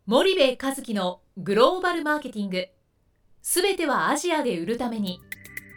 森部一樹のグローバルマーケティング、すべてはアジアで売るために。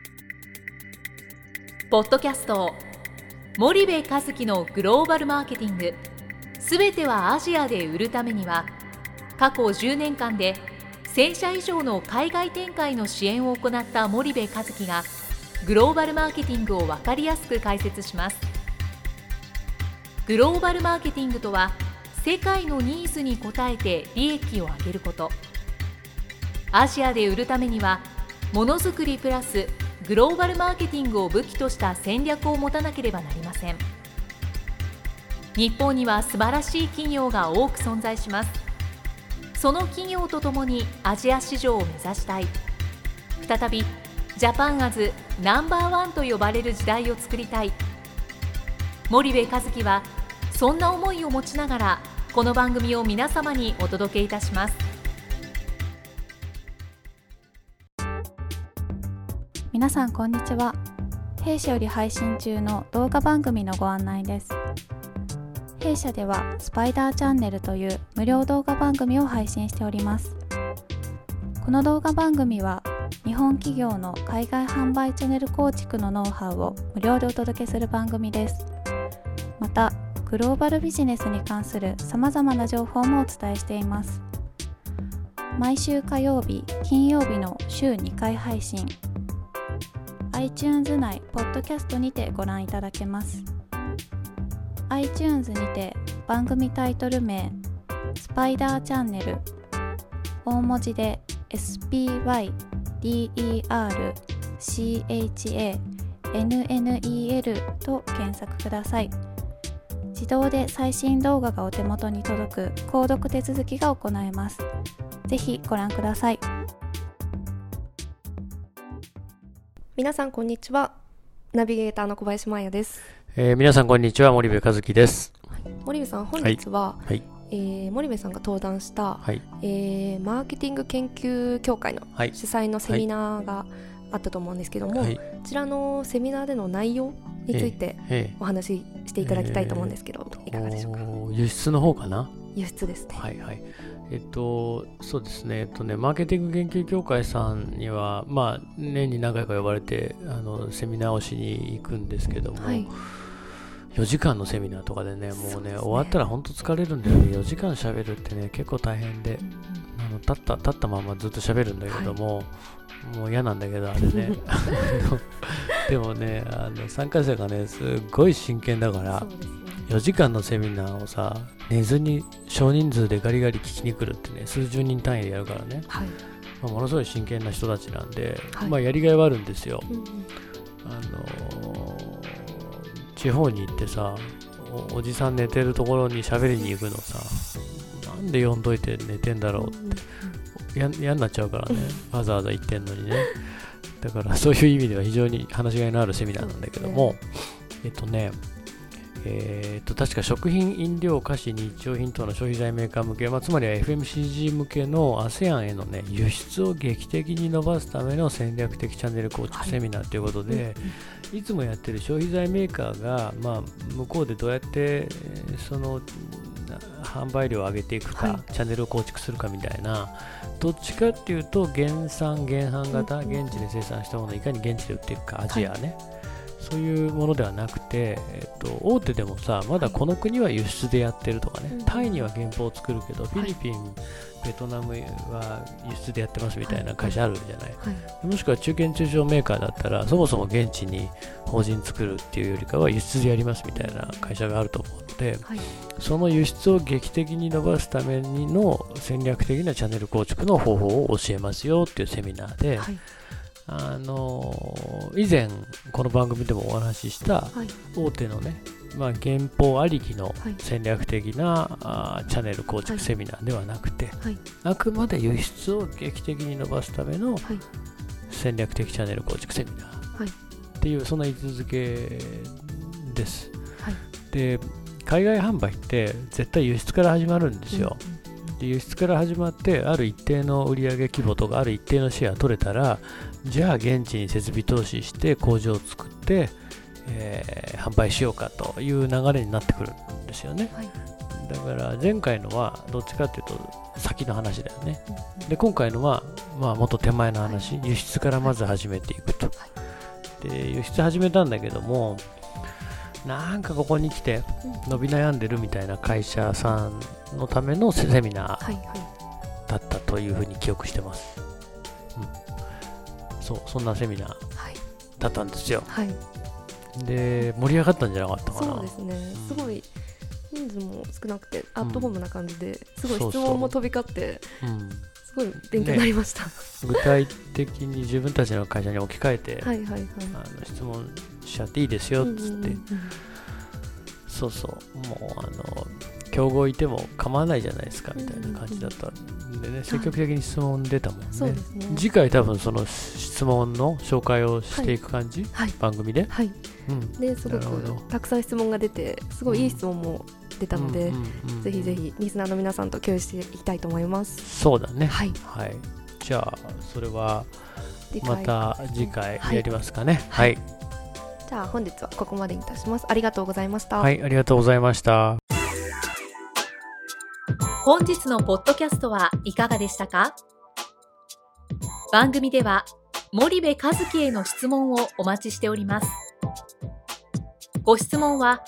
ポッドキャスト森部一樹のグローバルマーケティング、すべてはアジアで売るためには、過去10年間で1000社以上の海外展開の支援を行った森部一樹がグローバルマーケティングを分かりやすく解説します。グローバルマーケティングとは、世界のニーズに応えて利益を上げること。アジアで売るためには、ものづくりプラスグローバルマーケティングを武器とした戦略を持たなければなりません。日本には素晴らしい企業が多く存在します。その企業とともにアジア市場を目指したい。再びジャパンアズナンバーワンと呼ばれる時代を作りたい。森部一樹はそんな思いを持ちながら、この番組を皆様にお届けいたします。 皆さんこんにちは。弊社より配信中の動画番組のご案内です。弊社ではスパイダーチャンネルという無料動画番組を配信しております。この動画番組は日本企業の海外販売チャンネル構築のノウハウを無料でお届けする番組です。またグローバルビジネスに関するさまざまな情報もお伝えしています。毎週火曜日、金曜日の週2回配信。iTunes 内ポッドキャストにてご覧いただけます。iTunes にて番組タイトル名スパイダーチャンネル、大文字で SPYDERCHANNEL と検索ください。自動で最新動画がお手元に届く購読手続きが行えます。ぜひご覧ください。 皆さんこんにちは。ナビゲーターの小林真彩です。 皆さんこんにちは。森部一樹です。 森部さん、本日は、森部さんが登壇した、マーケティング研究協会の主催のセミナーがあったと思うんですけども、こちらのセミナーでの内容についてお話ししていただきたいと思うんですけど、いかがでしょうか。 輸出の方かな。 輸出ですね。 そうですね。マーケティング研究協会さんには、年に何回か呼ばれてセミナーをしに行くんですけども、4時間のセミナーとかでね、もうね、終わったら本当疲れるんだよね。4時間喋るってね、結構大変で、立ったままずっと喋るんだけども、もう嫌なんだけど、あれね。でもね、参加者がね、すっごい真剣だから、4時間のセミナーをさ、寝ずに少人数でガリガリ聞きに来るってね、数十人単位でやるからね、ものすごい真剣な人たちなんで、やりがいはあるんですよ。地方に行ってさ、おじさん寝てるところに喋りに行くのさ、なんで呼んどいて寝てんだろうって嫌になっちゃうからね、わざわざ行ってんのにね。だからそういう意味では非常に話しがいのあるセミナーなんだけども、確か食品、飲料、菓子、日用品等の消費財メーカー向け、つまりは FMCG 向けの ASEAN へのね、輸出を劇的に伸ばすための戦略的チャンネル構築セミナーということで、いつもやってる消費財メーカーが、向こうでどうやってその販売量を上げていくか、チャンネルを構築するかみたいな、どっちかっていうと原産型、現地で生産したものをいかに現地で売っていくか、アジアね、そういうものではなくて、大手でもさ、まだこの国は輸出でやってるとかね、タイには原稿を作るけど、フィリピン、ベトナムは輸出でやってますみたいな会社あるじゃない。もしくは中堅中小メーカーだったら、そもそも現地に法人作るっていうよりかは輸出でやりますみたいな会社があると思うので、その輸出を劇的に伸ばすためにの戦略的なチャンネル構築の方法を教えますよっていうセミナーで、以前この番組でもお話しした大手のね、原稿ありきの戦略的な、チャンネル構築セミナーではなくて、あくまで輸出を劇的に伸ばすための戦略的チャンネル構築セミナーっていう、そんな位置づけです。で、海外販売って絶対輸出から始まるんですよ。で、輸出から始まってある一定の売上規模とかある一定のシェア取れたら、じゃあ現地に設備投資して工場を作って、販売しようかという流れになってくるんですよね。 だから前回のはどっちかっていうと先の話だよね。で今回のはもっと手前の話、輸出からまず始めていくと。で輸出始めたんだけども、なんかここに来て伸び悩んでるみたいな会社さんのためのセミナーだったというふうに記憶してます。そんなセミナーだったんですよ。で盛り上がったんじゃなかったかな。 そうですね、すごい人数も少なくてアットホームな感じで、すごい質問も飛び交って、すごい勉強になりました、 具体的に自分たちの会社に置き換えて、質問しちゃっていいですよっつって、もう競合いても構わないじゃないですかみたいな感じだったんでね、積極的に質問出たもんね。次回多分その質問の紹介をしていく感じ、番組で。 すごくたくさん質問が出て、すごいいい質問も出たので、ぜひぜひリスナーの皆さんと共有していきたいと思います。 そうだね。じゃあそれはまた次回やりますかね。 じゃあ本日はここまでにいたします。ありがとうございました。 ありがとうございました。 本日のポッドキャストはいかがでしたか？番組では森部一樹への質問をお待ちしております。ご質問は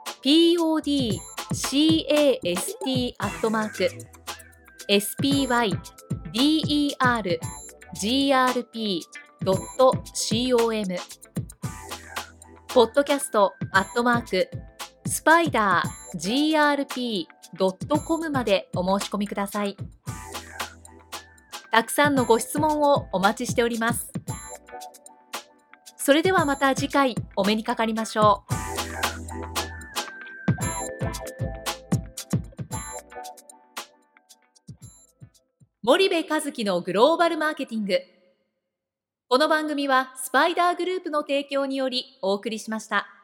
podcast@spydergrp.com podcast@spidergrp.com までお申し込みください。たくさんのご質問をお待ちしております。それではまた次回お目にかかりましょう。森部一樹のグローバルマーケティング。この番組はスパイダーグループの提供によりお送りしました。